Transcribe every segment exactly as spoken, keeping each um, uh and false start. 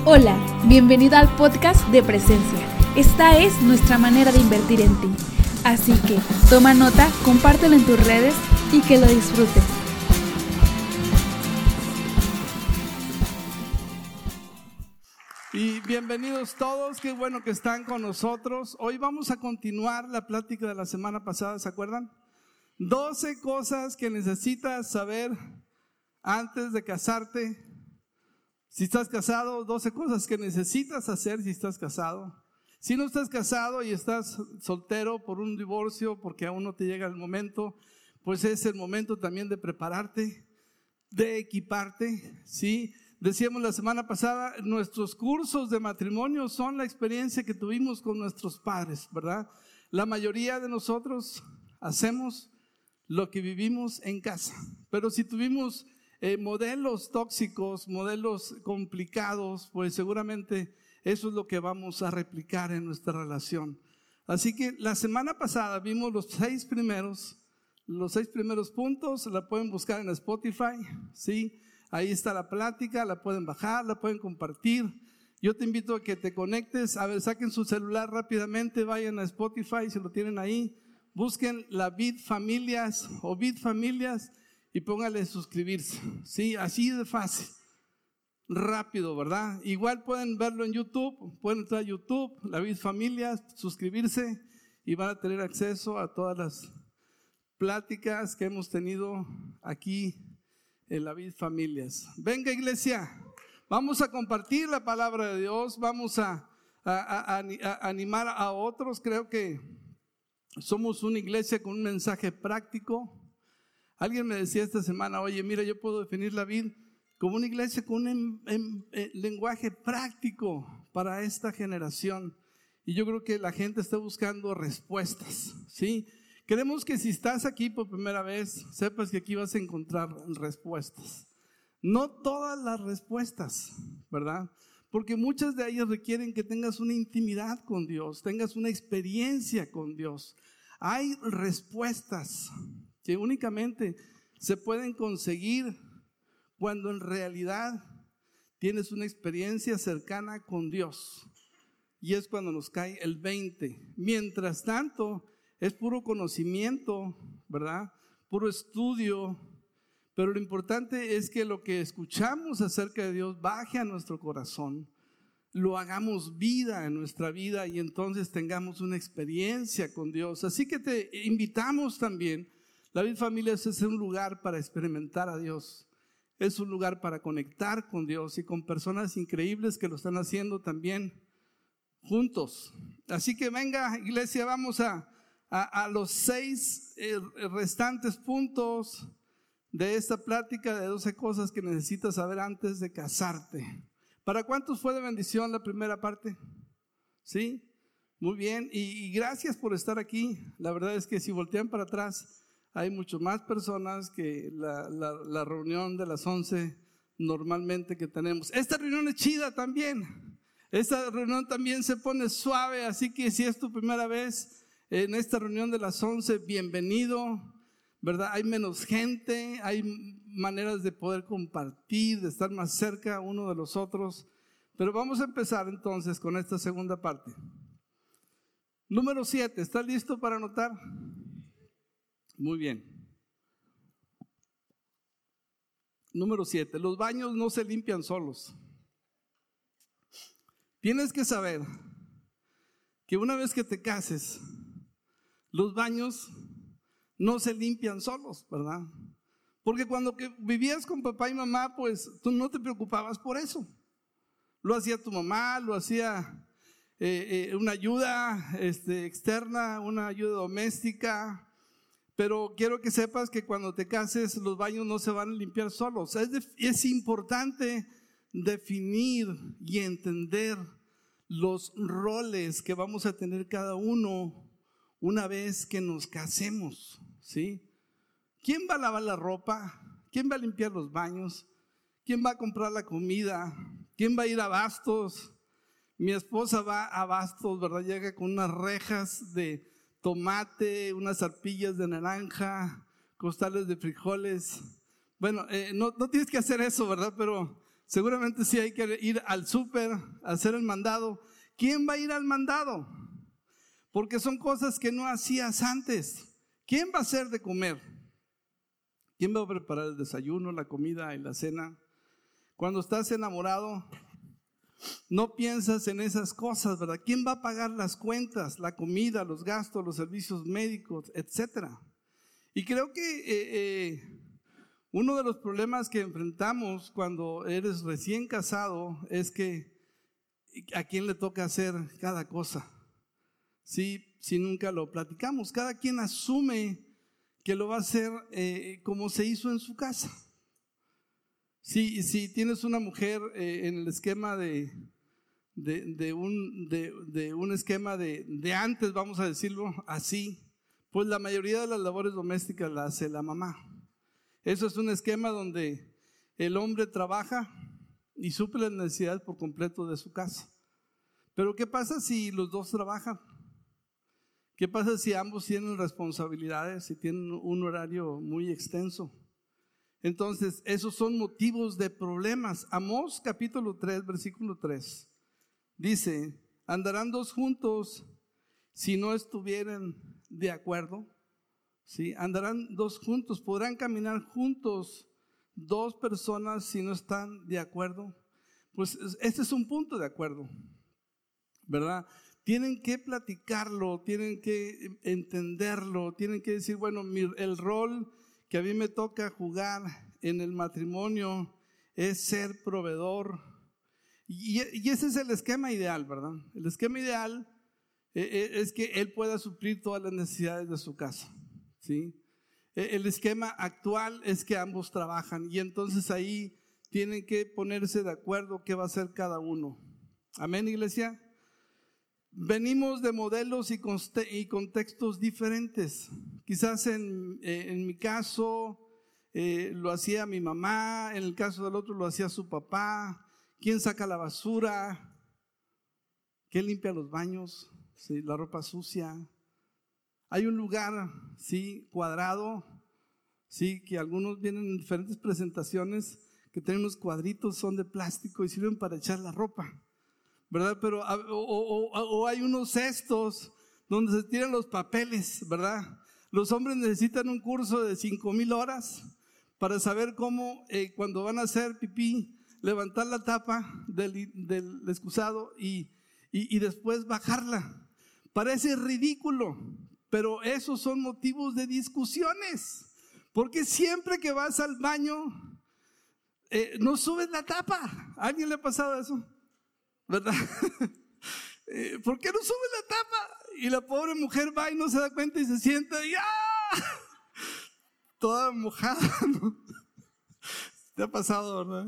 Hola, bienvenido al podcast de Presencia. Esta es nuestra manera de invertir en ti. Así que toma nota, compártelo en tus redes y que lo disfrutes. Y bienvenidos todos, qué bueno que están con nosotros. Hoy vamos a continuar la plática de la semana pasada, ¿se acuerdan? doce cosas que necesitas saber antes de casarte. Si estás casado, doce cosas que necesitas hacer si estás casado. Si no estás casado y estás soltero por un divorcio, porque aún no te llega el momento, pues es el momento también de prepararte, de equiparte, ¿sí? Decíamos la semana pasada, nuestros cursos de matrimonio son la experiencia que tuvimos con nuestros padres, ¿verdad? La mayoría de nosotros hacemos lo que vivimos en casa, pero si tuvimos eh, modelos tóxicos, modelos complicados, pues seguramente eso es lo que vamos a replicar en nuestra relación. Así que la semana pasada vimos los seis primeros, los seis primeros puntos, la pueden buscar en Spotify, ¿sí? Ahí está la plática, la pueden bajar, la pueden compartir. Yo te invito a que te conectes, a ver, saquen su celular rápidamente, vayan a Spotify si lo tienen ahí, busquen la Vid Familias o Vid Familias y pónganle suscribirse, ¿sí? Así de fácil, rápido, ¿verdad? Igual pueden verlo en YouTube, pueden entrar a YouTube, la Vid Familias, suscribirse y van a tener acceso a todas las pláticas que hemos tenido aquí en la Vid Familias. Venga, iglesia, vamos a compartir la palabra de Dios, vamos a, a, a, a animar a otros. Creo que somos una iglesia con un mensaje práctico. Alguien me decía esta semana, oye, mira, yo puedo definir la Vid como una iglesia con un em, em, eh, lenguaje práctico para esta generación. Y yo creo que la gente está buscando respuestas, ¿sí? Queremos que si estás aquí por primera vez, sepas que aquí vas a encontrar respuestas. No todas las respuestas, ¿verdad? Porque muchas de ellas requieren que tengas una intimidad con Dios, tengas una experiencia con Dios. Hay respuestas que únicamente se pueden conseguir cuando en realidad tienes una experiencia cercana con Dios. Y es cuando nos cae el veinte. Mientras tanto, es puro conocimiento, ¿verdad? Puro estudio. Pero lo importante es que lo que escuchamos acerca de Dios baje a nuestro corazón, lo hagamos vida en nuestra vida y entonces tengamos una experiencia con Dios. Así que te invitamos también. La Vid Familias es un lugar para experimentar a Dios. Es un lugar para conectar con Dios y con personas increíbles que lo están haciendo también juntos. Así que venga, iglesia, vamos a, a, a los seis eh, restantes puntos de esta plática de doce cosas que necesitas saber antes de casarte. ¿Para cuántos fue de bendición la primera parte? ¿Sí? Muy bien, y, y gracias por estar aquí. La verdad es que si voltean para atrás, hay mucho más personas que la, la, la reunión de las once normalmente que tenemos. Esta reunión es chida también. Esta reunión también se pone suave, así que si es tu primera vez en esta reunión de las once, bienvenido, ¿verdad? Hay menos gente, hay maneras de poder compartir, de estar más cerca uno de los otros. Pero vamos a empezar entonces con esta segunda parte. Número siete, ¿estás listo para anotar? Muy bien. Número siete, los baños no se limpian solos. Tienes que saber que una vez que te cases, los baños no se limpian solos, ¿verdad? Porque cuando que vivías con papá y mamá, pues tú no te preocupabas por eso. Lo hacía tu mamá, lo hacía eh, eh, una ayuda este, externa, una ayuda doméstica. Pero quiero que sepas que cuando te cases los baños no se van a limpiar solos. Es, de, es importante definir y entender los roles que vamos a tener cada uno una vez que nos casemos, ¿sí? ¿Quién va a lavar la ropa? ¿Quién va a limpiar los baños? ¿Quién va a comprar la comida? ¿Quién va a ir a Bastos? Mi esposa va a Bastos, ¿verdad? Llega con unas rejas de tomate, unas arpillas de naranja, costales de frijoles. Bueno, eh, no, no tienes que hacer eso, ¿verdad? Pero Seguramente sí hay que ir al súper, a hacer el mandado. ¿Quién va a ir al mandado? Porque son cosas que no hacías antes. ¿Quién va a hacer de comer? ¿Quién va a preparar el desayuno, la comida y la cena? Cuando estás enamorado, no piensas en esas cosas, ¿verdad? ¿Quién va a pagar las cuentas, la comida, los gastos, los servicios médicos, etcétera? Y creo que eh, eh, uno de los problemas que enfrentamos cuando eres recién casado es que a quién le toca hacer cada cosa. Sí, si nunca lo platicamos, cada quien asume que lo va a hacer eh, como se hizo en su casa. Si, si tienes una mujer eh, en el esquema de, de, de, un, de, de un esquema de, de antes, vamos a decirlo así, pues la mayoría de las labores domésticas las hace la mamá. Eso es un esquema donde el hombre trabaja y suple las necesidades por completo de su casa. Pero ¿qué pasa si los dos trabajan? ¿Qué pasa si ambos tienen responsabilidades, si tienen un horario muy extenso? Entonces, esos son motivos de problemas. Amós capítulo tres, versículo tres, dice, ¿andarán dos juntos si no estuvieran de acuerdo? ¿Sí? Andarán dos juntos, podrán caminar juntos dos personas si no están de acuerdo. Pues este es un punto de acuerdo, ¿verdad? Tienen que platicarlo, tienen que entenderlo, tienen que decir, bueno, mi, el rol que a mí me toca jugar en el matrimonio es ser proveedor. Y, y ese es el esquema ideal, ¿verdad? El esquema ideal eh, es que él pueda suplir todas las necesidades de su casa, ¿sí? El esquema actual es que ambos trabajan y entonces ahí tienen que ponerse de acuerdo qué va a hacer cada uno. Amén, iglesia. Venimos de modelos y contextos diferentes. Quizás en, eh, en mi caso eh, lo hacía mi mamá, en el caso del otro lo hacía su papá. ¿Quién saca la basura? ¿Quién limpia los baños? ¿Sí? La ropa sucia. Hay un lugar, sí, cuadrado, sí, que algunos vienen en diferentes presentaciones que tienen unos cuadritos, son de plástico y sirven para echar la ropa, ¿verdad? Pero o, o, o hay unos cestos donde se tiran los papeles, ¿verdad? Los hombres necesitan un curso de cinco mil horas para saber cómo eh, cuando van a hacer pipí, levantar la tapa del, del excusado y, y, y después bajarla. Parece ridículo, pero esos son motivos de discusiones, porque siempre que vas al baño eh, no subes la tapa. ¿A alguien le ha pasado eso? ¿Verdad? eh, ¿Por qué no sube la tapa? Y la pobre mujer va y no se da cuenta y se sienta y ¡ah! Toda mojada, ¿no? ¿Te ha pasado, verdad?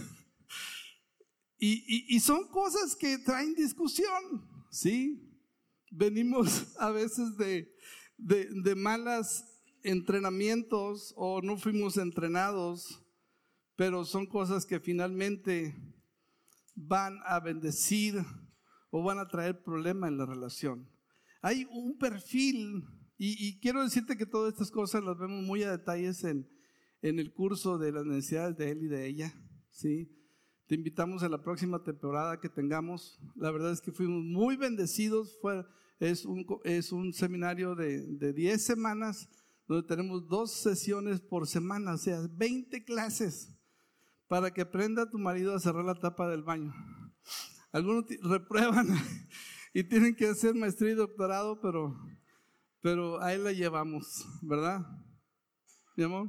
Y, y, y son cosas que traen discusión, ¿sí? Venimos a veces de, de, de malos entrenamientos o no fuimos entrenados, pero son cosas que finalmente van a bendecir o van a traer problema en la relación. Hay un perfil, y, y quiero decirte que todas estas cosas las vemos muy a detalles en, en el curso de las necesidades de él y de ella, ¿sí? Te invitamos a la próxima temporada que tengamos. La verdad es que fuimos muy bendecidos. Fue, es, un, es un seminario de, de diez semanas donde tenemos dos sesiones por semana, o sea, veinte clases para que aprenda tu marido a cerrar la tapa del baño. Algunos t- reprueban y tienen que hacer maestría y doctorado, pero, pero ahí la llevamos, ¿verdad? ¿Mi amor?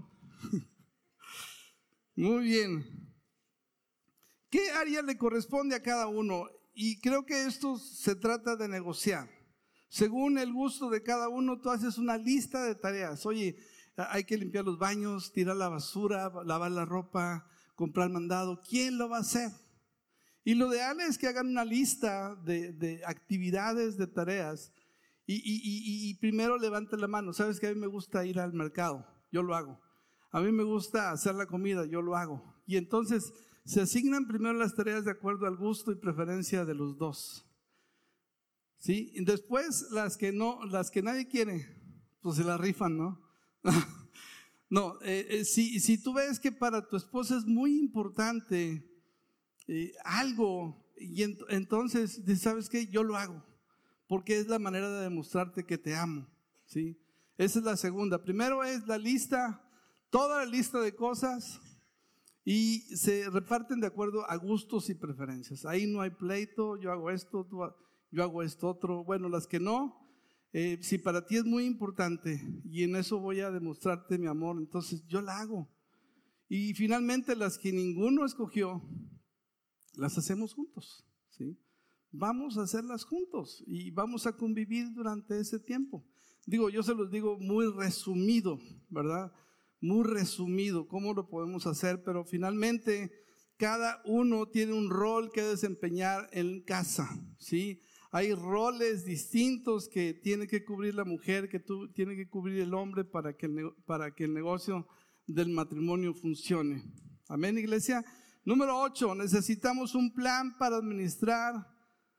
Muy bien. ¿Qué área le corresponde a cada uno? Y creo que esto se trata de negociar. Según el gusto de cada uno, tú haces una lista de tareas. Oye, hay que limpiar los baños, tirar la basura, lavar la ropa, comprar mandado. ¿Quién lo va a hacer? Y lo ideal es que hagan una lista de, de actividades, de tareas. Y, y, y, y primero levanten la mano. ¿Sabes que a mí me gusta ir al mercado? Yo lo hago. A mí me gusta hacer la comida, yo lo hago. Y entonces se asignan primero las tareas de acuerdo al gusto y preferencia de los dos. ¿Sí? Y después las que no, las que nadie quiere, pues se las rifan, ¿no? No, eh, eh, si, si tú ves que para tu esposa es muy importante eh, algo, y ent entonces, ¿sabes qué? Yo lo hago, porque es la manera de demostrarte que te amo, ¿sí? Esa es la segunda. Primero es la lista, toda la lista de cosas, y se reparten de acuerdo a gustos y preferencias. Ahí no hay pleito, yo hago esto, tú, yo hago esto otro. Bueno, las que no, eh, si para ti es muy importante y en eso voy a demostrarte mi amor, entonces yo la hago. Y finalmente las que ninguno escogió, las hacemos juntos, ¿sí? Vamos a hacerlas juntos y vamos a convivir durante ese tiempo. Digo, yo se los digo muy resumido, ¿verdad? Muy resumido, cómo lo podemos hacer, pero finalmente cada uno tiene un rol que desempeñar en casa, ¿sí? Hay roles distintos que tiene que cubrir la mujer, que tú, tiene que cubrir el hombre para que el, para que el negocio del matrimonio funcione. Amén, iglesia. Número ocho, necesitamos un plan para administrar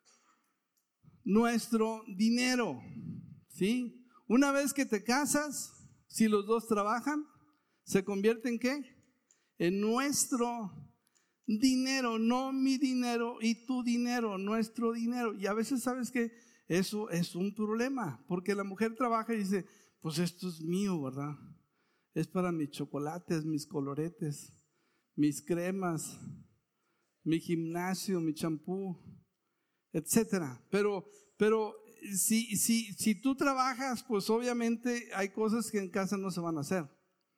nuestro dinero, ¿sí? Una vez que te casas, si los dos trabajan, ¿se convierte en qué? En nuestro dinero, no mi dinero y tu dinero, nuestro dinero. Y a veces sabes que eso es un problema, porque la mujer trabaja y dice, pues esto es mío, ¿verdad? Es para mis chocolates, mis coloretes, mis cremas, mi gimnasio, mi champú, etcétera. Pero, pero si, si, si tú trabajas, pues obviamente hay cosas que en casa no se van a hacer.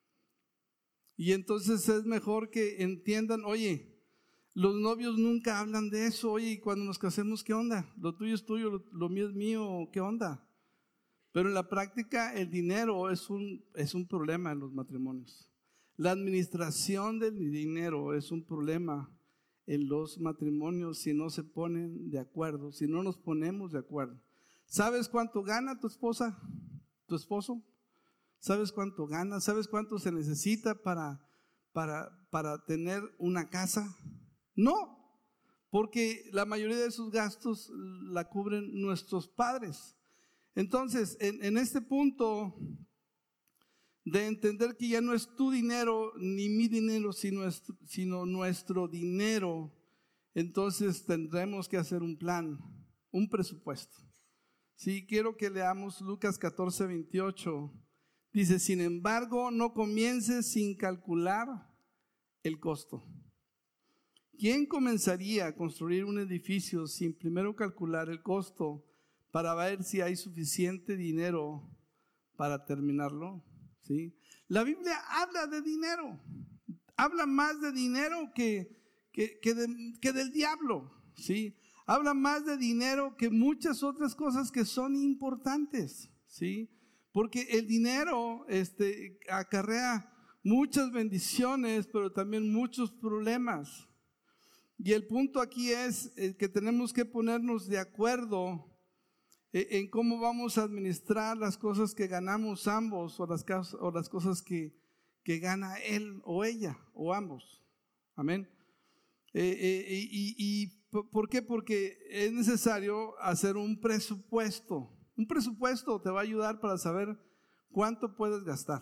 Y entonces es mejor que entiendan, oye, los novios nunca hablan de eso. Oye, y cuando nos casemos, ¿qué onda? Lo tuyo es tuyo, lo, lo mío es mío, ¿qué onda? Pero en la práctica el dinero es un, es un problema en los matrimonios. La administración del dinero es un problema en los matrimonios si no se ponen de acuerdo, si no nos ponemos de acuerdo. ¿Sabes cuánto gana tu esposa, tu esposo? ¿Sabes cuánto gana? ¿Sabes cuánto se necesita para, para, para tener una casa? No, porque la mayoría de sus gastos la cubren nuestros padres. Entonces, en, en este punto de entender que ya no es tu dinero ni mi dinero, sino, sino nuestro dinero, entonces tendremos que hacer un plan, un presupuesto. Sí, quiero que leamos Lucas catorce, veintiocho. Dice, sin embargo, no comiences sin calcular el costo. ¿Quién comenzaría a construir un edificio sin primero calcular el costo para ver si hay suficiente dinero para terminarlo? ¿Sí? La Biblia habla de dinero, habla más de dinero que, que, que, de, que del diablo, ¿sí? Habla más de dinero que muchas otras cosas que son importantes, ¿sí? Porque el dinero este, acarrea muchas bendiciones, pero también muchos problemas. Y el punto aquí es que tenemos que ponernos de acuerdo en cómo vamos a administrar las cosas que ganamos ambos o las, o las cosas que, que gana él o ella o ambos. Amén. Eh, eh, y, y ¿por qué? Porque es necesario hacer un presupuesto. Un presupuesto te va a ayudar para saber cuánto puedes gastar.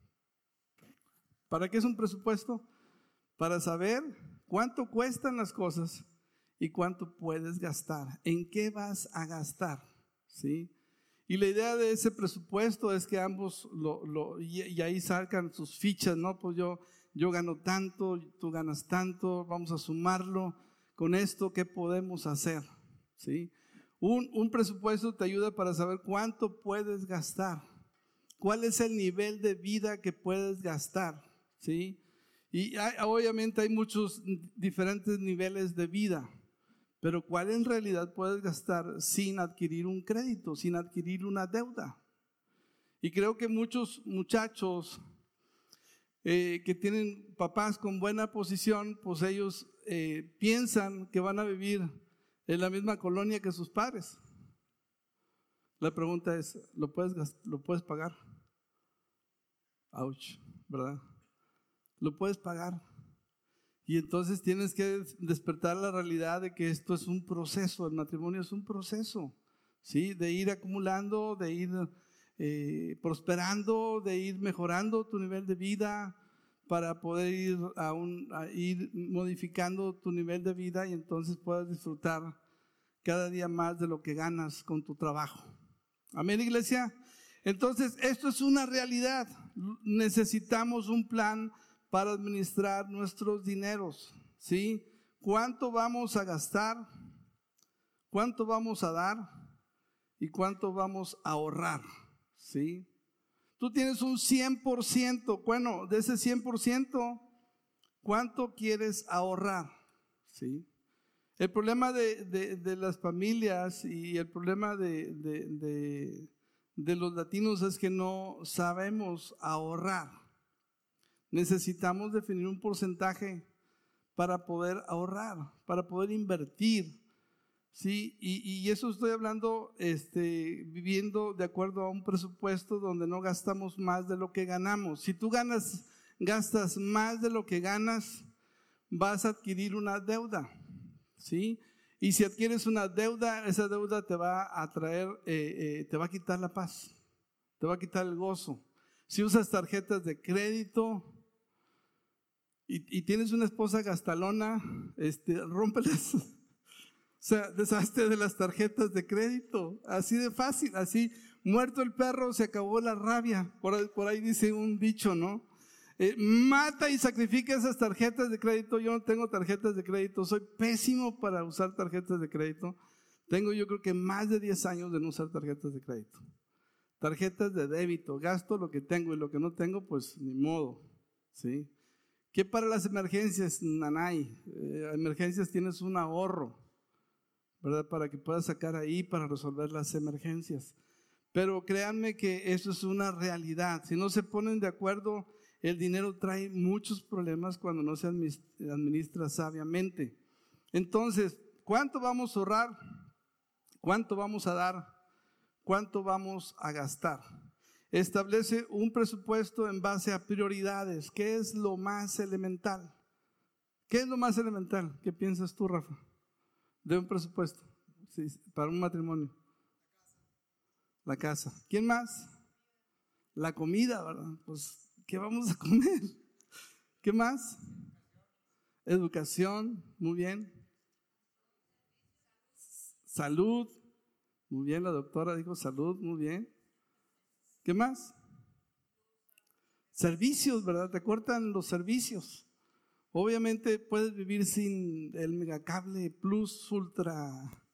¿Para qué es un presupuesto? Para saber cuánto cuestan las cosas y cuánto puedes gastar. ¿En qué vas a gastar? ¿Sí? Y la idea de ese presupuesto es que ambos lo, lo y, y ahí sacan sus fichas, ¿no? Pues yo, yo gano tanto, tú ganas tanto, vamos a sumarlo con esto, ¿qué podemos hacer? ¿Sí? Un, un presupuesto te ayuda para saber cuánto puedes gastar, cuál es el nivel de vida que puedes gastar, ¿sí? Y hay, obviamente hay muchos diferentes niveles de vida, pero ¿cuál en realidad puedes gastar sin adquirir un crédito, sin adquirir una deuda? Y creo que muchos muchachos eh, que tienen papás con buena posición, pues ellos eh, piensan que van a vivir en la misma colonia que sus padres. La pregunta es, ¿lo puedes, lo puedes pagar? Ouch, ¿verdad? Lo puedes pagar. Y entonces tienes que despertar la realidad de que esto es un proceso, el matrimonio es un proceso, ¿sí? De ir acumulando, de ir eh, prosperando, de ir mejorando tu nivel de vida, para poder ir, a un, a ir modificando tu nivel de vida y entonces puedas disfrutar cada día más de lo que ganas con tu trabajo. Amén, iglesia. Entonces, esto es una realidad. Necesitamos un plan para administrar nuestros dineros, ¿sí? ¿Cuánto vamos a gastar? ¿Cuánto vamos a dar? ¿Y cuánto vamos a ahorrar? ¿Sí? Tú tienes un cien por ciento. Bueno, de ese cien por ciento, ¿cuánto quieres ahorrar? ¿Sí? El problema de, de, de las familias y el problema de, de, de, de los latinos es que no sabemos ahorrar. Necesitamos definir un porcentaje para poder ahorrar, para poder invertir. Sí, y, y eso estoy hablando, este, viviendo de acuerdo a un presupuesto donde no gastamos más de lo que ganamos. Si tú ganas, gastas más de lo que ganas, vas a adquirir una deuda, ¿sí? Y si adquieres una deuda, esa deuda te va a traer, eh, eh, te va a quitar la paz, te va a quitar el gozo. Si usas tarjetas de crédito y, y tienes una esposa gastalona, este, rómpelas. O sea, deshazte de las tarjetas de crédito, así de fácil, así, muerto el perro, se acabó la rabia, por ahí, por ahí dice un dicho, ¿no? Eh, mata y sacrifica esas tarjetas de crédito. Yo no tengo tarjetas de crédito, soy pésimo para usar tarjetas de crédito. Tengo yo creo que más de diez años de no usar tarjetas de crédito. Tarjetas de débito, gasto lo que tengo y lo que no tengo, pues ni modo, ¿sí? ¿Qué para las emergencias? Nanay, eh, emergencias tienes un ahorro, ¿verdad? Para que puedas sacar ahí para resolver las emergencias. Pero créanme que eso es una realidad. Si no se ponen de acuerdo, el dinero trae muchos problemas cuando no se administra sabiamente. Entonces, ¿cuánto vamos a ahorrar? ¿Cuánto vamos a dar? ¿Cuánto vamos a gastar? Establece un presupuesto en base a prioridades. ¿Qué es lo más elemental? ¿Qué es lo más elemental? ¿Qué piensas tú, Rafa? De un presupuesto, sí, para un matrimonio. La casa. ¿Quién más? La comida, ¿verdad? Pues, ¿qué vamos a comer? ¿Qué más? Educación, muy bien. Salud, muy bien, la doctora dijo salud, muy bien. ¿Qué más? Servicios, ¿verdad? Te cortan los servicios. Obviamente puedes vivir sin el megacable plus ultra,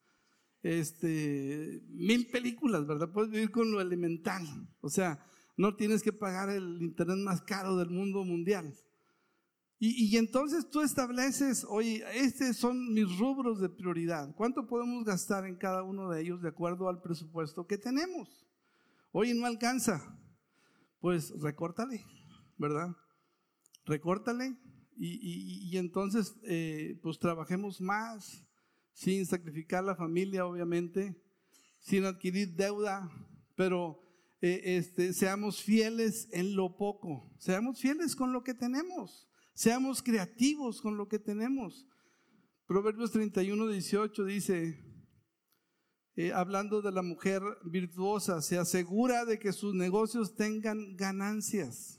este, mil películas, ¿verdad? Puedes vivir con lo elemental. O sea, no tienes que pagar el internet más caro del mundo mundial. Y, y entonces tú estableces, oye, estos son mis rubros de prioridad. ¿Cuánto podemos gastar en cada uno de ellos de acuerdo al presupuesto que tenemos? Oye, no alcanza. Pues recórtale, ¿verdad? Recórtale. Y, y, y entonces, eh, pues trabajemos más, sin sacrificar la familia, obviamente, sin adquirir deuda, pero eh, este, seamos fieles en lo poco, seamos fieles con lo que tenemos, seamos creativos con lo que tenemos. Proverbios treinta y uno, dieciocho dice, eh, hablando de la mujer virtuosa, se asegura de que sus negocios tengan ganancias.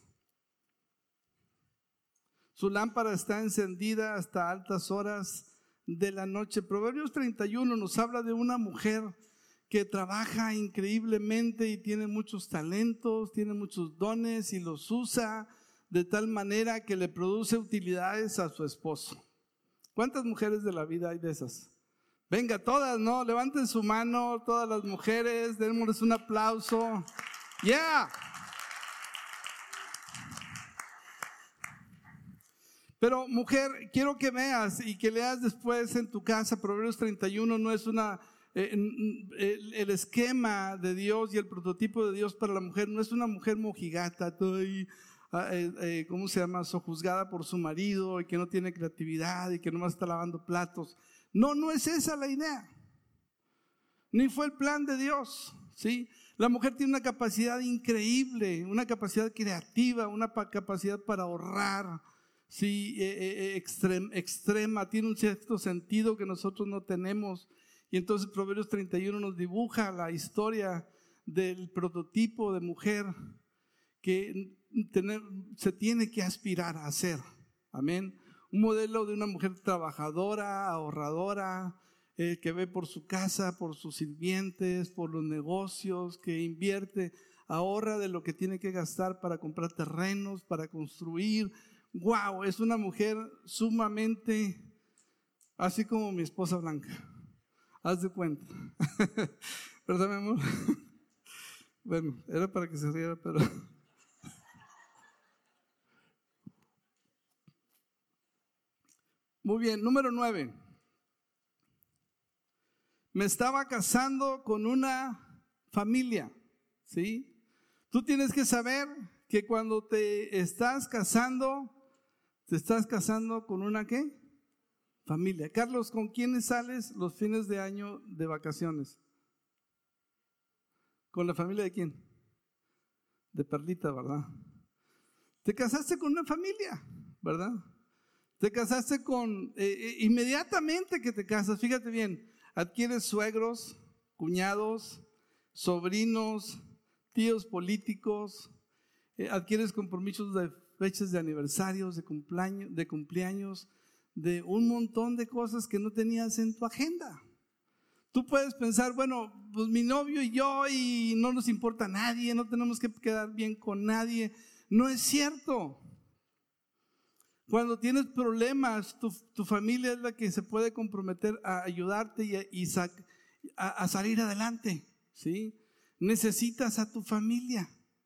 Su lámpara está encendida hasta altas horas de la noche. Proverbios treinta y uno nos habla de una mujer que trabaja increíblemente y tiene muchos talentos, tiene muchos dones y los usa de tal manera que le produce utilidades a su esposo. ¿Cuántas mujeres de la vida hay de esas? Venga, todas, ¿no? Levanten su mano, todas las mujeres, démosles un aplauso. ¡Yeah! Pero mujer, quiero que veas y que leas después en tu casa, Proverbios treinta y uno no es una, eh, el, el esquema de Dios y el prototipo de Dios para la mujer, no es una mujer mojigata, todo ahí, eh, eh, ¿cómo se llama? Sojuzgada por su marido y que no tiene creatividad y que nomás está lavando platos. No, no es esa la idea, ni fue el plan de Dios, ¿sí? La mujer tiene una capacidad increíble, una capacidad creativa, una capacidad para ahorrar, sí, eh, eh, extrem, extrema, tiene un cierto sentido que nosotros no tenemos. Y entonces Proverbios treinta y uno nos dibuja la historia del prototipo de mujer que tener, se tiene que aspirar a ser. Amén. Un modelo de una mujer trabajadora, ahorradora, eh, que ve por su casa, por sus sirvientes, por los negocios, que invierte, ahorra de lo que tiene que gastar para comprar terrenos, para construir. ¡Wow! Es una mujer sumamente, así como mi esposa Blanca. Haz de cuenta. ¿Verdad, mi amor? Bueno, era para que se riera, pero... Muy bien, número nueve. Me estaba casando con una familia, ¿sí? Tú tienes que saber que cuando te estás casando, te estás casando con una ¿qué? Familia. Carlos, ¿con quiénes sales los fines de año de vacaciones? ¿Con la familia de quién? De Perlita, ¿verdad? Te casaste con una familia, ¿verdad? Te casaste con, eh, eh, inmediatamente que te casas, fíjate bien, adquieres suegros, cuñados, sobrinos, tíos políticos, eh, adquieres compromisos de fechas de aniversarios, de cumpleaños, de cumpleaños, de un montón de cosas que no tenías en tu agenda. Tú puedes pensar, bueno, pues mi novio y yo y no nos importa a nadie, no tenemos que quedar bien con nadie. No es cierto. Cuando tienes problemas, tu, tu familia es la que se puede comprometer a ayudarte y, a, y sac, a, a salir adelante, ¿sí? Necesitas a tu familia.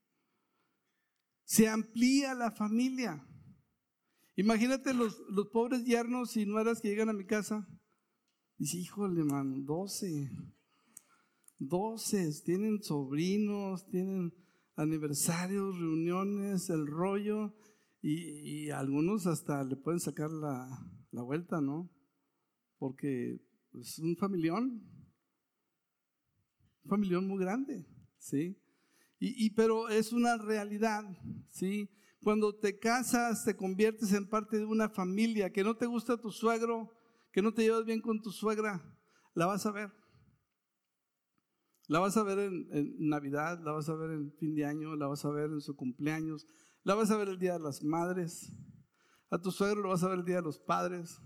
Se amplía la familia. Imagínate los, los pobres yernos y nueras que llegan a mi casa. Dice, híjole, man, doce. Doce. Tienen sobrinos, tienen aniversarios, reuniones, el rollo. Y, y algunos hasta le pueden sacar la, la vuelta, ¿no? Porque es un familión. Un familión muy grande, ¿sí? Y, y, pero es una realidad, ¿sí? Cuando te casas, te conviertes en parte de una familia. Que no te gusta tu suegro, que no te llevas bien con tu suegra, la vas a ver. La vas a ver en, en Navidad, la vas a ver en fin de año, la vas a ver en su cumpleaños, la vas a ver el día de las madres. A tu suegro lo vas a ver el día de los padres.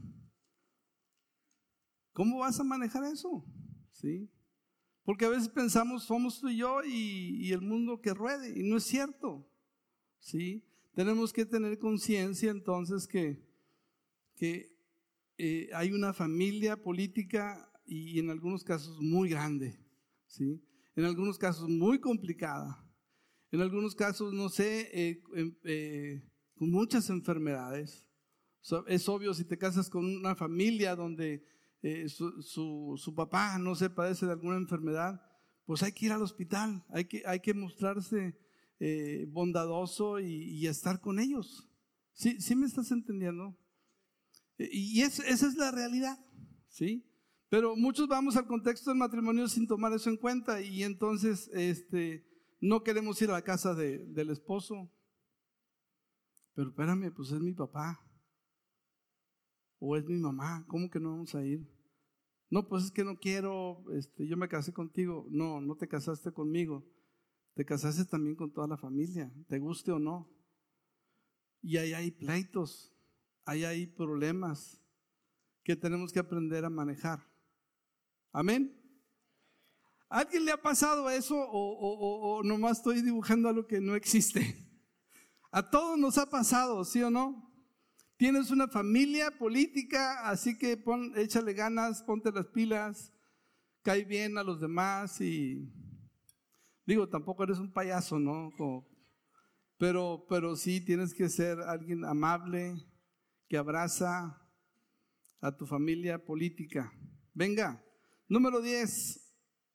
¿Cómo vas a manejar eso? ¿Sí? Porque a veces pensamos, somos tú y yo y, y el mundo que ruede, y no es cierto. ¿Sí? Tenemos que tener conciencia entonces que, que eh, hay una familia política y en algunos casos muy grande, ¿sí? En algunos casos muy complicada, en algunos casos, no sé, eh, eh, con muchas enfermedades. So, es obvio, si te casas con una familia donde eh, su, su, su papá, no sé, padece de alguna enfermedad, pues hay que ir al hospital, hay que, hay que mostrarse eh, bondadoso y, y estar con ellos. ¿Sí, sí me estás entendiendo? Y es, esa es la realidad, ¿sí? Pero muchos vamos al contexto del matrimonio sin tomar eso en cuenta y entonces este, no queremos ir a la casa de, del esposo. Pero espérame, pues es mi papá o es mi mamá, ¿cómo que no vamos a ir? No, pues es que no quiero, este, yo me casé contigo. No, no te casaste conmigo, te casaste también con toda la familia, te guste o no. Y ahí hay pleitos, ahí hay problemas que tenemos que aprender a manejar. Amén. ¿A alguien le ha pasado eso o, o, o, o nomás estoy dibujando algo que no existe? A todos nos ha pasado, ¿sí o no? Tienes una familia política, así que pon, échale ganas, ponte las pilas, cae bien a los demás y digo, tampoco eres un payaso, ¿no? Como, pero, pero sí tienes que ser alguien amable, que abraza a tu familia política. Venga, número diez.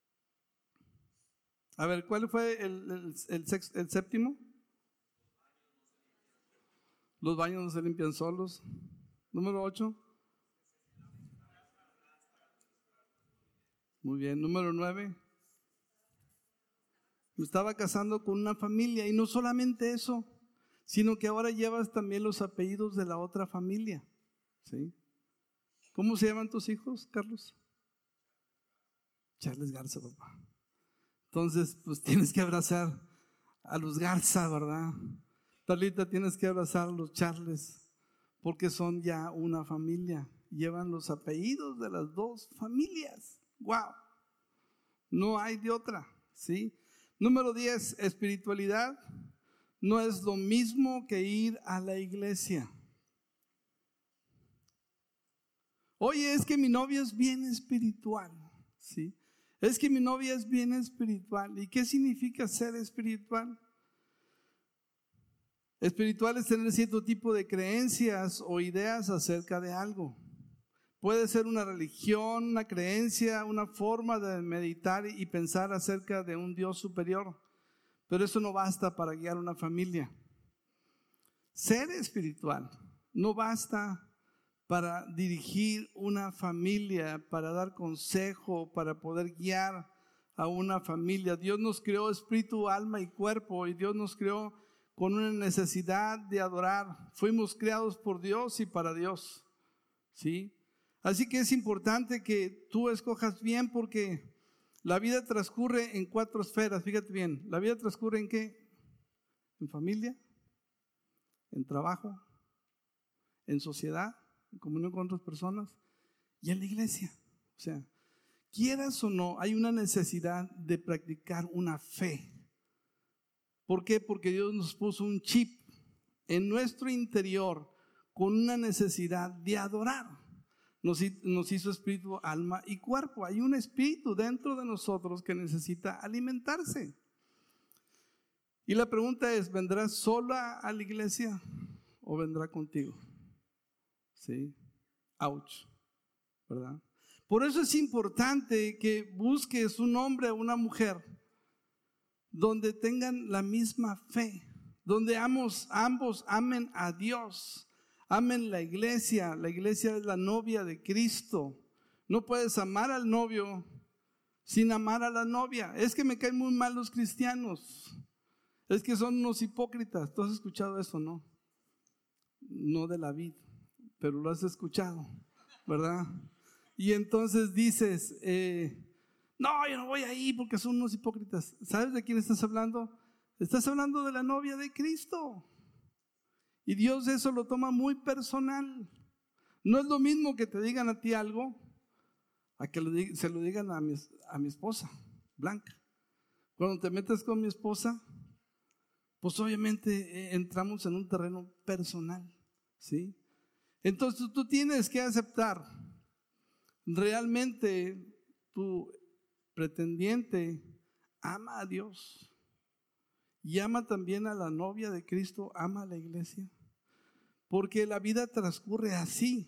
A ver, ¿cuál fue el, el, el, sex, el séptimo? Los baños no se limpian solos. Número ocho. Muy bien. Número nueve. Me estaba casando con una familia y no solamente eso, sino que ahora llevas también los apellidos de la otra familia. ¿Sí? ¿Cómo se llaman tus hijos, Carlos? Charles Garza, papá. Entonces, pues tienes que abrazar a los Garza, ¿verdad? Talita, tienes que abrazar a los Charles, porque son ya una familia. Llevan los apellidos de las dos familias. ¡Wow! No hay de otra, ¿sí? Número diez, espiritualidad no es lo mismo que ir a la iglesia. Oye, es que mi novia es bien espiritual, ¿sí? Es que mi novia es bien espiritual. ¿Y qué significa ser espiritual? Espiritual es tener cierto tipo de creencias o ideas acerca de algo. Puede ser una religión, una creencia, una forma de meditar y pensar acerca de un Dios superior. Pero eso no basta para guiar una familia. Ser espiritual no basta para dirigir una familia, para dar consejo, para poder guiar a una familia. Dios nos creó espíritu, alma y cuerpo, y Dios nos creó con una necesidad de adorar. Fuimos creados por Dios y para Dios, ¿sí? Así que es importante que tú escojas bien, porque la vida transcurre en cuatro esferas. Fíjate bien, ¿la vida transcurre en qué? En familia, en trabajo, en sociedad, en comunión con otras personas y en la iglesia. O sea, quieras o no, hay una necesidad de practicar una fe. ¿Por qué? Porque Dios nos puso un chip en nuestro interior con una necesidad de adorar. Nos, nos hizo espíritu, alma y cuerpo. Hay un espíritu dentro de nosotros que necesita alimentarse. Y la pregunta es, ¿vendrá sola a la iglesia o vendrá contigo? Sí, ouch, ¿verdad? Por eso es importante que busques un hombre o una mujer donde tengan la misma fe, donde ambos, ambos amen a Dios, amen la iglesia. La iglesia es la novia de Cristo. No puedes amar al novio sin amar a la novia. Es que me caen muy mal los cristianos, es que son unos hipócritas. ¿Tú has escuchado eso, no? No de la vida, pero lo has escuchado, ¿verdad? Y entonces dices, eh, no, yo no voy ahí porque son unos hipócritas. ¿Sabes de quién estás hablando? Estás hablando de la novia de Cristo. Y Dios eso lo toma muy personal. No es lo mismo que te digan a ti algo a que lo diga, se lo digan a mi, a mi esposa, Blanca. Cuando te metes con mi esposa, pues obviamente eh, entramos en un terreno personal, ¿sí? Entonces tú tienes que aceptar realmente tu pretendiente ama a Dios y ama también a la novia de Cristo, ama a la iglesia, porque la vida transcurre así: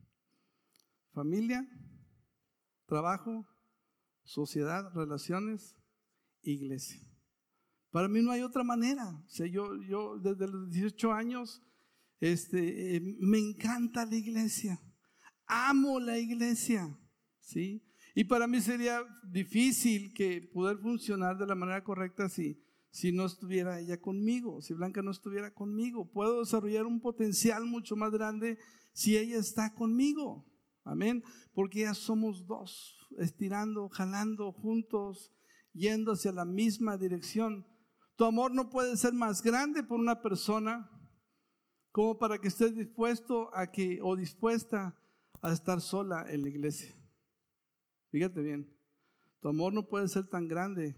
familia, trabajo, sociedad, relaciones, iglesia. Para mí no hay otra manera. O sea, yo, yo desde los dieciocho años este, eh, me encanta la iglesia, amo la iglesia, ¿sí? Y para mí sería difícil que poder funcionar de la manera correcta si, si no estuviera ella conmigo, si Blanca no estuviera conmigo. Puedo desarrollar un potencial mucho más grande si ella está conmigo, amén, porque ya somos dos, estirando, jalando juntos, yendo hacia la misma dirección. Tu amor no puede ser más grande por una persona como para que estés dispuesto a que, o dispuesta a estar sola en la iglesia. Fíjate bien, tu amor no puede ser tan grande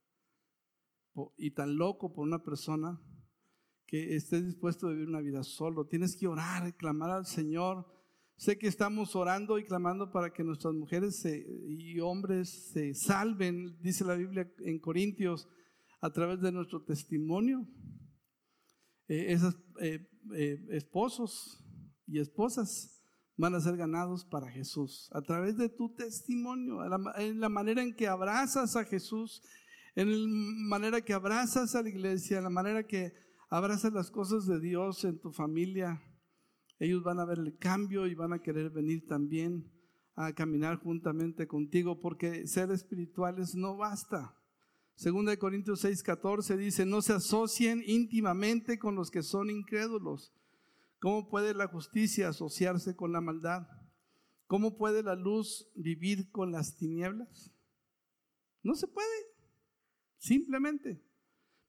y tan loco por una persona que estés dispuesto a vivir una vida solo. Tienes que orar y clamar al Señor. Sé que estamos orando y clamando para que nuestras mujeres se, y hombres se salven, dice la Biblia en Corintios, a través de nuestro testimonio. Eh, esos eh, eh, esposos y esposas van a ser ganados para Jesús a través de tu testimonio, en la manera en que abrazas a Jesús, en la manera que abrazas a la iglesia, en la manera que abrazas las cosas de Dios en tu familia. Ellos van a ver el cambio y van a querer venir también a caminar juntamente contigo, porque ser espirituales no basta. Segunda de Corintios seis catorce dice: no se asocien íntimamente con los que son incrédulos. ¿Cómo puede la justicia asociarse con la maldad? ¿Cómo puede la luz vivir con las tinieblas? No se puede, simplemente.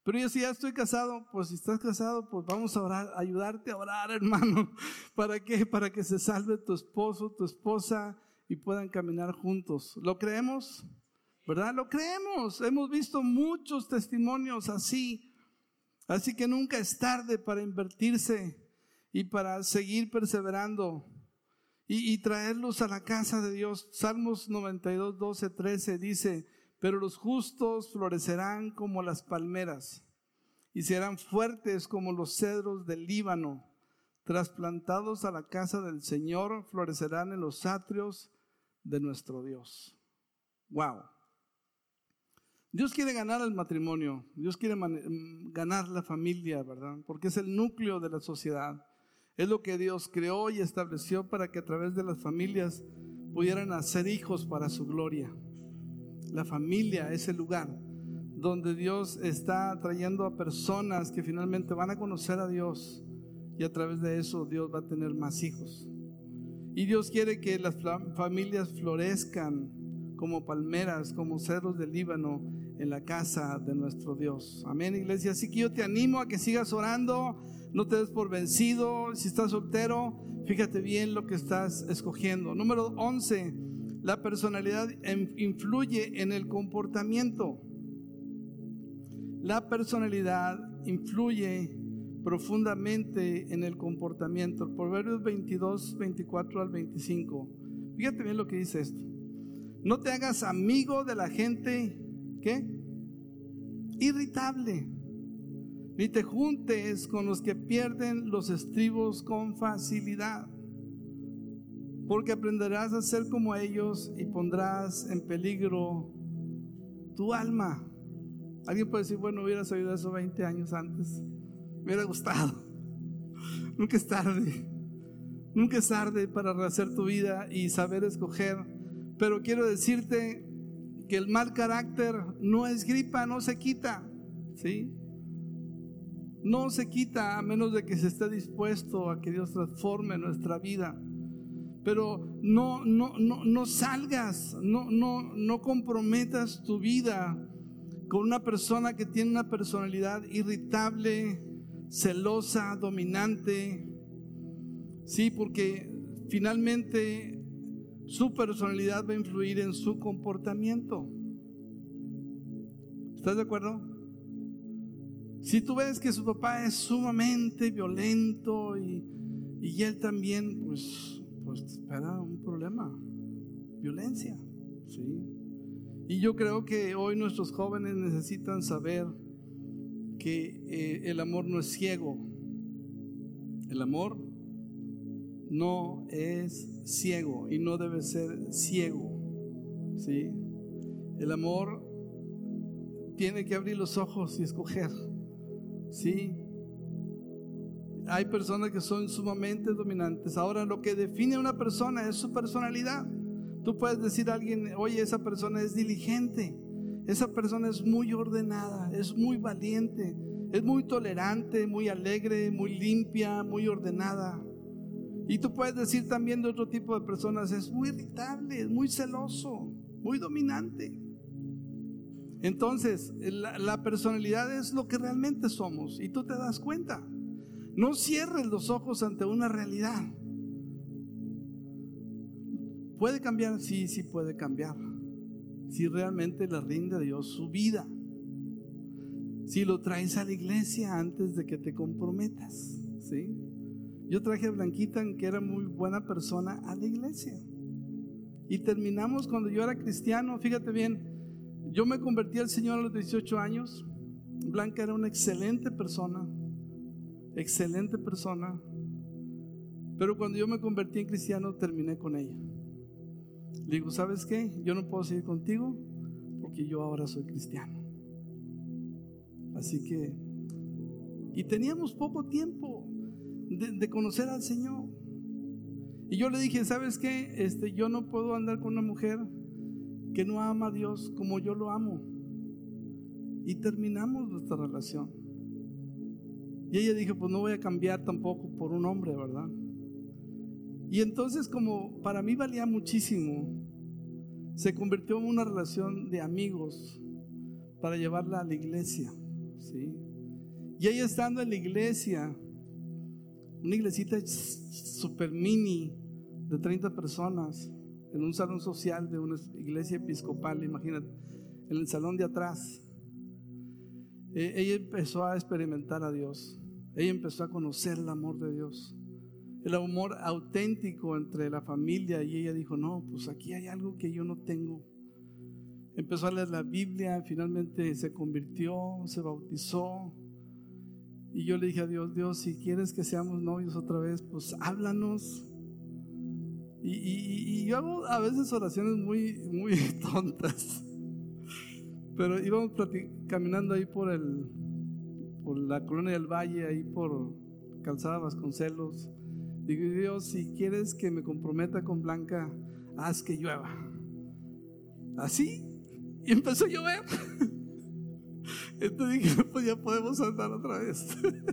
Pero yo si ya estoy casado, pues si estás casado, pues vamos a orar, ayudarte a orar, hermano. ¿Para qué? Para que se salve tu esposo, tu esposa y puedan caminar juntos. ¿Lo creemos? ¿Verdad? Lo creemos. Hemos visto muchos testimonios así. Así que nunca es tarde para invertirse y para seguir perseverando y, y traerlos a la casa de Dios. Salmos noventa y dos, doce, trece dice: pero los justos florecerán como las palmeras y serán fuertes como los cedros del Líbano. Trasplantados a la casa del Señor, florecerán en los atrios de nuestro Dios. Wow. Dios quiere ganar el matrimonio, Dios quiere man- ganar la familia, ¿verdad? Porque es el núcleo de la sociedad. Es lo que Dios creó y estableció para que a través de las familias pudieran hacer hijos para su gloria. La familia es el lugar donde Dios está trayendo a personas que finalmente van a conocer a Dios, y a través de eso Dios va a tener más hijos. Y Dios quiere que las familias florezcan como palmeras, como cedros del Líbano en la casa de nuestro Dios. Amén, iglesia. Así que yo te animo a que sigas orando, no te des por vencido. Si estás soltero, fíjate bien lo que estás escogiendo. Número once, la personalidad influye en el comportamiento. La personalidad influye profundamente en el comportamiento. Proverbios veintidós, veinticuatro al veinticinco. Fíjate bien lo que dice esto. No te hagas amigo de la gente, ¿qué? Irritable, ni te juntes con los que pierden los estribos con facilidad, porque aprenderás a ser como ellos y pondrás en peligro tu alma. Alguien puede decir, bueno, hubieras oído eso veinte años antes, me hubiera gustado. Nunca es tarde, nunca es tarde para rehacer tu vida y saber escoger. Pero quiero decirte que el mal carácter no es gripa, no se quita, ¿sí? No se quita a menos de que se esté dispuesto a que Dios transforme nuestra vida. Pero no, no, no, no salgas, no, no, no comprometas tu vida con una persona que tiene una personalidad irritable, celosa, dominante, sí, porque finalmente su personalidad va a influir en su comportamiento. ¿Estás de acuerdo? Si tú ves que su papá es sumamente violento y, y él también, pues, pues te espera un problema, violencia, ¿sí? Y yo creo que hoy nuestros jóvenes necesitan saber que eh, el amor no es ciego. El amor no es ciego y no debe ser ciego, ¿sí? El amor tiene que abrir los ojos y escoger, ¿sí? Hay personas que son sumamente dominantes. Ahora, lo que define a una persona es su personalidad. Tú puedes decir a alguien, oye, esa persona es diligente, esa persona es muy ordenada, es muy valiente, es muy tolerante, muy alegre, muy limpia, muy ordenada. Y tú puedes decir también de otro tipo de personas, es muy irritable, es muy celoso, muy dominante. Entonces, la, la personalidad es lo que realmente somos y tú te das cuenta. No cierres los ojos ante una realidad. ¿Puede cambiar? Sí, sí puede cambiar. Si realmente le rinde a Dios su vida. Si lo traes a la iglesia antes de que te comprometas, ¿sí? Yo traje a Blanquita, que era muy buena persona, a la iglesia. Y terminamos cuando yo era cristiano. Fíjate bien, yo me convertí al Señor a los dieciocho años. Blanca era una excelente persona, excelente persona. Pero cuando yo me convertí en cristiano, terminé con ella. Le digo, ¿sabes qué? Yo no puedo seguir contigo porque yo ahora soy cristiano. Así que, y teníamos poco tiempo de, de conocer al Señor. Y yo le dije, ¿sabes qué? Este, yo no puedo andar con una mujer que no ama a Dios como yo lo amo. Y terminamos nuestra relación. Y ella dijo, pues no voy a cambiar tampoco por un hombre, ¿verdad? Y entonces, como para mí valía muchísimo, se convirtió en una relación de amigos para llevarla a la iglesia. ¿sí? Y ella estando en la iglesia, una iglesita super mini de treinta personas, en un salón social de una iglesia episcopal, imagínate, en el salón de atrás, eh, ella empezó a experimentar a Dios. Ella empezó a conocer el amor de Dios, el amor auténtico entre la familia, y ella dijo, no, pues aquí hay algo que yo no tengo. Empezó a leer la Biblia, finalmente se convirtió, se bautizó. Y yo le dije a Dios, Dios, si quieres que seamos novios otra vez, pues háblanos. Y, y, y yo hago a veces oraciones muy, muy tontas. Pero íbamos caminando ahí por, el, por la colonia del Valle, ahí por Calzada Vasconcelos. Digo, Dios, si quieres que me comprometa con Blanca, haz que llueva. Así, y empezó a llover. Entonces dije, pues ya podemos andar otra vez.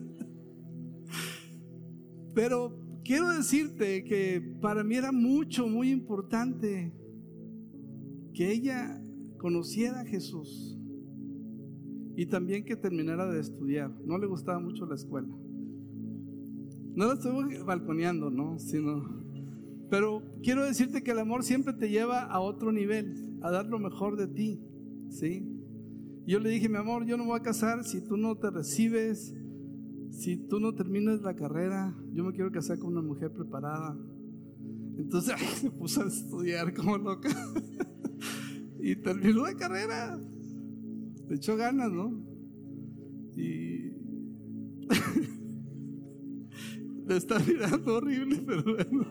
Pero quiero decirte que para mí era mucho, muy importante que ella conociera a Jesús y también que terminara de estudiar. No le gustaba mucho la escuela. No la estoy balconeando, ¿no? Sino, pero quiero decirte que el amor siempre te lleva a otro nivel, a dar lo mejor de ti, ¿sí? Yo le dije, mi amor, yo no me voy a casar si tú no te recibes, si tú no terminas la carrera. Yo me quiero casar con una mujer preparada. Entonces ay, se puso a estudiar como loca y terminó la carrera. Le echó ganas, ¿no? Y le está mirando horrible, pero bueno.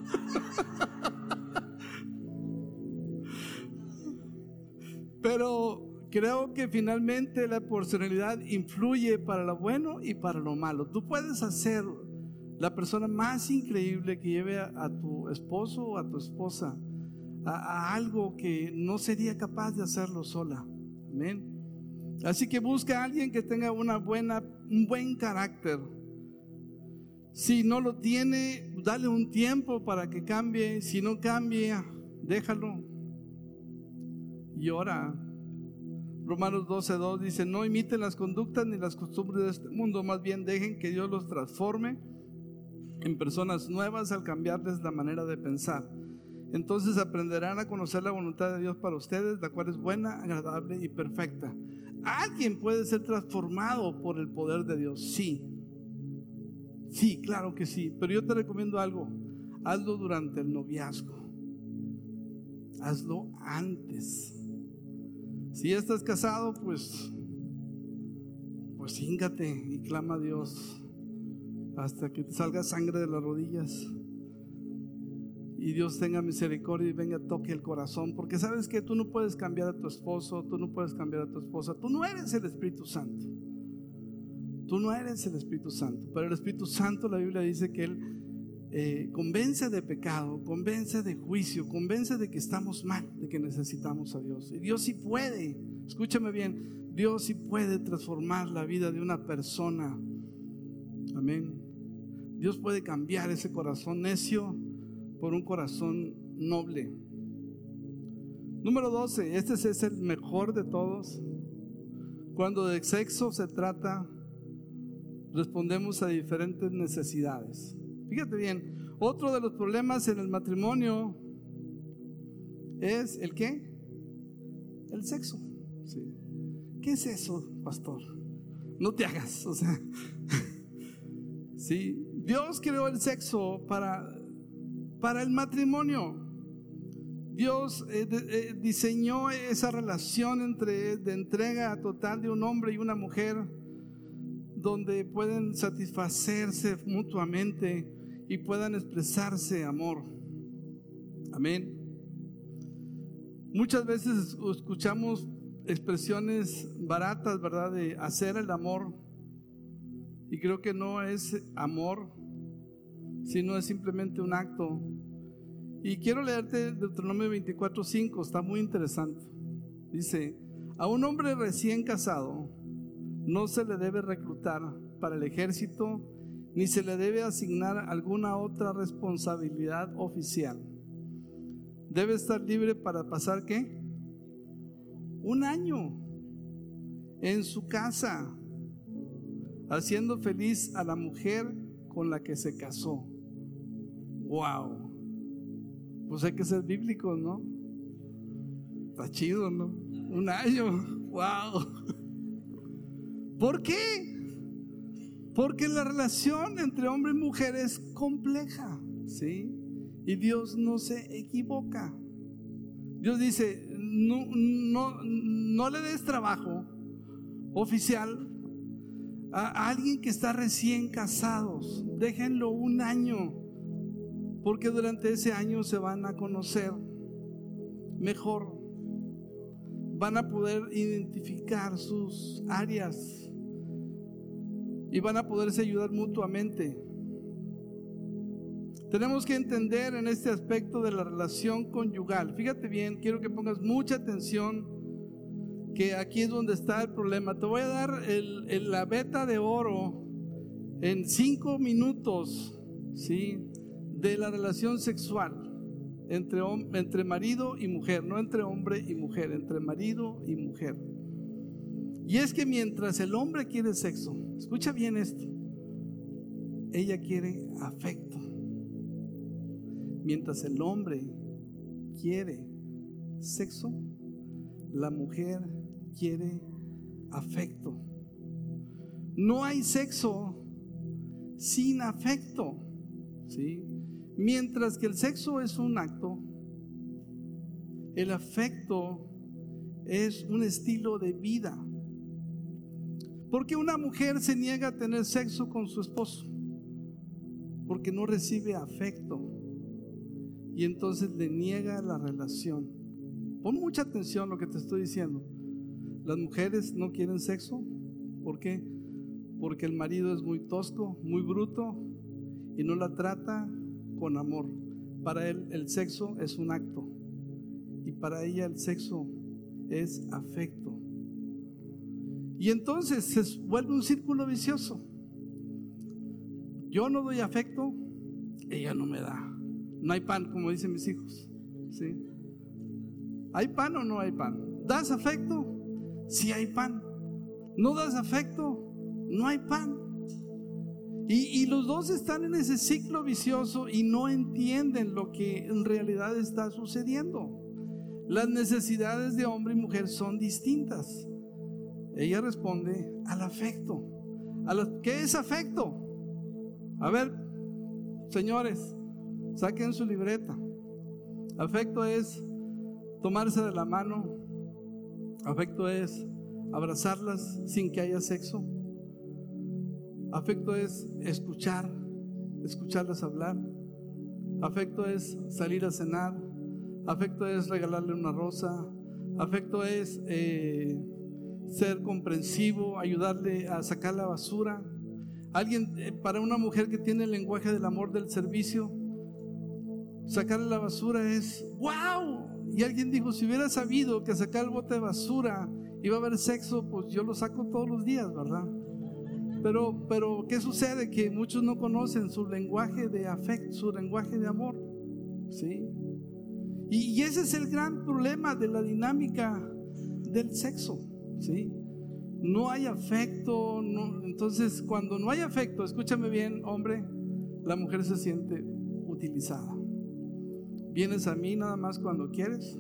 Pero creo que finalmente la personalidad influye para lo bueno y para lo malo. Tú puedes hacer la persona más increíble que lleve a, a tu esposo o a tu esposa a, a algo que no sería capaz de hacerlo sola. Amén. Así que busca a alguien que tenga una buena, un buen carácter. Si no lo tiene, dale un tiempo para que cambie. Si no cambia, déjalo y ora. Romanos doce dos dice, no imiten las conductas ni las costumbres de este mundo, más bien dejen que Dios los transforme en personas nuevas al cambiarles la manera de pensar. Entonces aprenderán a conocer la voluntad de Dios para ustedes, la cual es buena, agradable y perfecta. ¿Alguien puede ser transformado por el poder de Dios? Sí. Sí, claro que sí. Pero yo te recomiendo algo. Hazlo durante el noviazgo. Hazlo antes. Si ya estás casado, pues Pues híngate y clama a Dios hasta que te salga sangre de las rodillas y Dios tenga misericordia y venga, toque el corazón. Porque sabes que tú no puedes cambiar a tu esposo, tú no puedes cambiar a tu esposa. Tú no eres el Espíritu Santo. Tú no eres el Espíritu Santo. Pero el Espíritu Santo, la Biblia dice que Él eh, convence de pecado, convence de juicio, convence de que estamos mal, de que necesitamos a Dios. Y Dios sí puede, escúchame bien, Dios sí puede transformar la vida de una persona. Amén. Dios puede cambiar ese corazón necio por un corazón noble. Número doce, este es el mejor de todos. Cuando de sexo se trata, respondemos a diferentes necesidades. Fíjate bien, otro de los problemas en el matrimonio es ¿el qué? El sexo. Sí. ¿Qué es eso, pastor? No te hagas, o sea, sí, Dios creó el sexo para, para el matrimonio. Dios eh, de, eh, diseñó esa relación entre, de entrega total de un hombre y una mujer, donde pueden satisfacerse mutuamente y puedan expresarse amor. Amén. Muchas veces escuchamos expresiones baratas, ¿verdad? De hacer el amor, y creo que no es amor, sino es simplemente un acto. Y quiero leerte Deuteronomio veinticuatro cinco, está muy interesante. Dice: a un hombre recién casado no se le debe reclutar para el ejército, ni se le debe asignar alguna otra responsabilidad oficial. Debe estar libre para pasar ¿qué? Un año en su casa, haciendo feliz a la mujer con la que se casó. Wow. Pues hay que ser bíblicos, ¿no? Está chido, ¿no? Un año. Wow. ¿Por qué? Porque la relación entre hombre y mujer es compleja, ¿sí? Y Dios no se equivoca. Dios dice, no, no, no le des trabajo oficial a alguien que está recién casados. Déjenlo un año, porque durante ese año se van a conocer mejor. Van a poder identificar sus áreas y van a poderse ayudar mutuamente. Tenemos que entender en este aspecto de la relación conyugal. Fíjate bien, quiero que pongas mucha atención, que aquí es donde está el problema. Te voy a dar el, el, la veta de oro en cinco minutos, ¿sí? De la relación sexual entre, entre marido y mujer, no entre hombre y mujer, entre marido y mujer. Y es que mientras el hombre quiere sexo, escucha bien esto, ella quiere afecto. Mientras el hombre quiere sexo, la mujer quiere afecto. No hay sexo sin afecto, ¿sí? Mientras que el sexo es un acto, el afecto es un estilo de vida. ¿Por qué una mujer se niega a tener sexo con su esposo? Porque no recibe afecto y entonces le niega la relación. Pon mucha atención a lo que te estoy diciendo. Las mujeres no quieren sexo. ¿Por qué? Porque el marido es muy tosco, muy bruto y no la trata con amor. Para él el sexo es un acto y para ella el sexo es afecto. Y entonces se vuelve un círculo vicioso. Yo no doy afecto, ella no me da. No hay pan, como dicen mis hijos, ¿sí? ¿Hay pan o no hay pan? ¿Das afecto? Sí hay pan. ¿No das afecto? No hay pan. Y, y los dos están en ese ciclo vicioso y no entienden lo que en realidad está sucediendo. Las necesidades de hombre y mujer son distintas. Ella responde al afecto. A lo, ¿qué es afecto? A ver, señores, saquen su libreta. Afecto es tomarse de la mano. Afecto es abrazarlas sin que haya sexo. Afecto es escuchar, escucharlas hablar. Afecto es salir a cenar. Afecto es regalarle una rosa. Afecto es eh, ser comprensivo, ayudarle a sacar la basura. Alguien, eh, para una mujer que tiene el lenguaje del amor, del servicio, sacarle la basura es ¡wow! Y alguien dijo, si hubiera sabido que sacar el bote de basura iba a haber sexo, pues yo lo saco todos los días, ¿verdad? Pero, pero ¿qué sucede? Que muchos no conocen su lenguaje de afecto, su lenguaje de amor, ¿sí? Y, y ese es el gran problema de la dinámica del sexo, ¿sí? No hay afecto, no, entonces cuando no hay afecto, escúchame bien, hombre, la mujer se siente utilizada. Vienes a mí nada más cuando quieres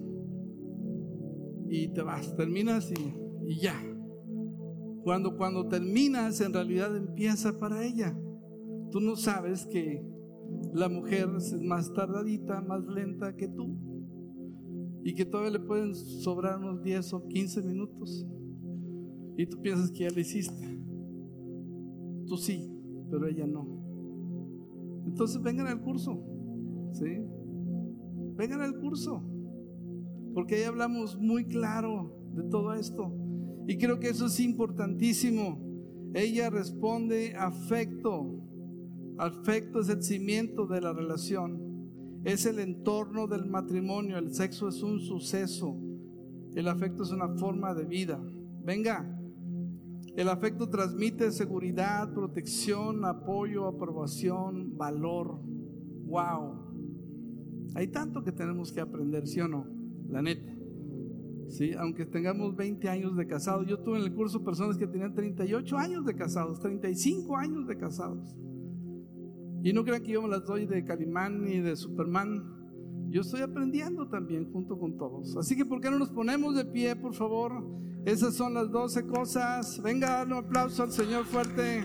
y te vas, terminas y, y ya. Cuando, cuando terminas, en realidad empieza para ella. Tú no sabes que la mujer es más tardadita, más lenta que tú y que todavía le pueden sobrar unos diez o quince minutos y tú piensas que ya le hiciste. Tú sí, pero ella no. Entonces vengan al curso, ¿sí? Vengan al curso, porque ahí hablamos muy claro de todo esto. Y creo que eso es importantísimo. Ella responde afecto. Afecto es el cimiento de la relación. Es el entorno del matrimonio. El sexo es un suceso. El afecto es una forma de vida. Venga. El afecto transmite seguridad, protección, apoyo, aprobación, valor. Wow. Hay tanto que tenemos que aprender, ¿sí o no? La neta. ¿sí? Aunque tengamos veinte años de casados. Yo tuve en el curso personas que tenían treinta y ocho años de casados, treinta y cinco años de casados. Y no crean que yo me las doy de Calimán ni de Superman. Yo estoy aprendiendo también junto con todos. Así que ¿por qué no nos ponemos de pie, por favor? Esas son las doce cosas. Venga, darle un aplauso al Señor fuerte.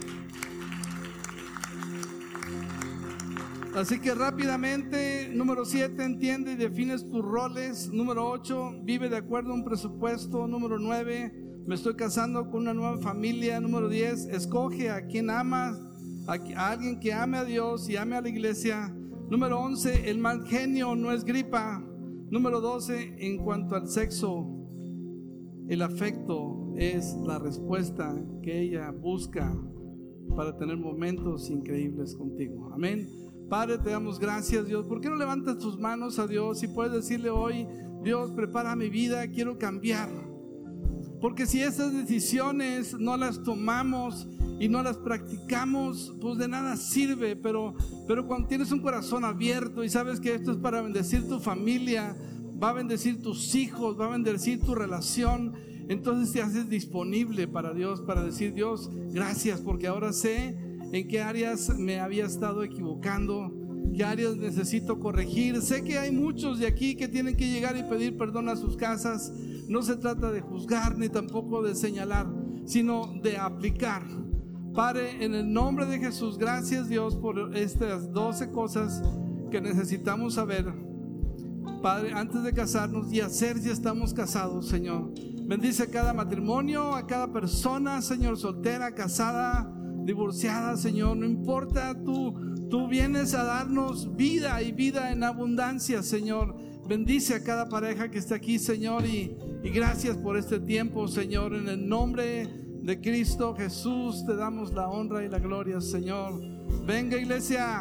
Así que rápidamente, número siete, entiende y defines tus roles. Número ocho, vive de acuerdo a un presupuesto. Número nueve, me estoy casando con una nueva familia. Número diez, escoge a quien amas, a, a alguien que ame a Dios y ame a la iglesia. Número once, el mal genio no es gripa. Número doce, en cuanto al sexo, el afecto es la respuesta que ella busca para tener momentos increíbles contigo. Amén. Padre, te damos gracias, Dios. ¿Por qué no levantas tus manos a Dios y puedes decirle hoy: Dios, prepara mi vida, quiero cambiar? Porque si esas decisiones no las tomamos y no las practicamos, pues de nada sirve. Pero, pero cuando tienes un corazón abierto y sabes que esto es para bendecir tu familia, va a bendecir tus hijos, va a bendecir tu relación, entonces te haces disponible para Dios, para decir: Dios, gracias, porque ahora sé en qué áreas me había estado equivocando, qué áreas necesito corregir. Sé que hay muchos de aquí que tienen que llegar y pedir perdón a sus casas. No se trata de juzgar ni tampoco de señalar, sino de aplicar. Padre, en el nombre de Jesús, gracias, Dios, por estas doce cosas que necesitamos saber, Padre, antes de casarnos y hacer si estamos casados, Señor. Bendice a cada matrimonio, a cada persona, Señor, soltera, casada, divorciada, Señor, no importa, tú, tú vienes a darnos vida y vida en abundancia, Señor. Bendice a cada pareja que está aquí, Señor, y, y gracias por este tiempo, Señor. En el nombre de Cristo Jesús te damos la honra y la gloria, Señor. Venga, iglesia.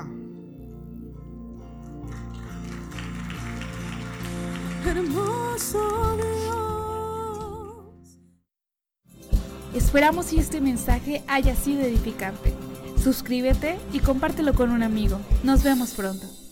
Hermoso Dios. Esperamos que este mensaje haya sido edificante. Suscríbete y compártelo con un amigo. Nos vemos pronto.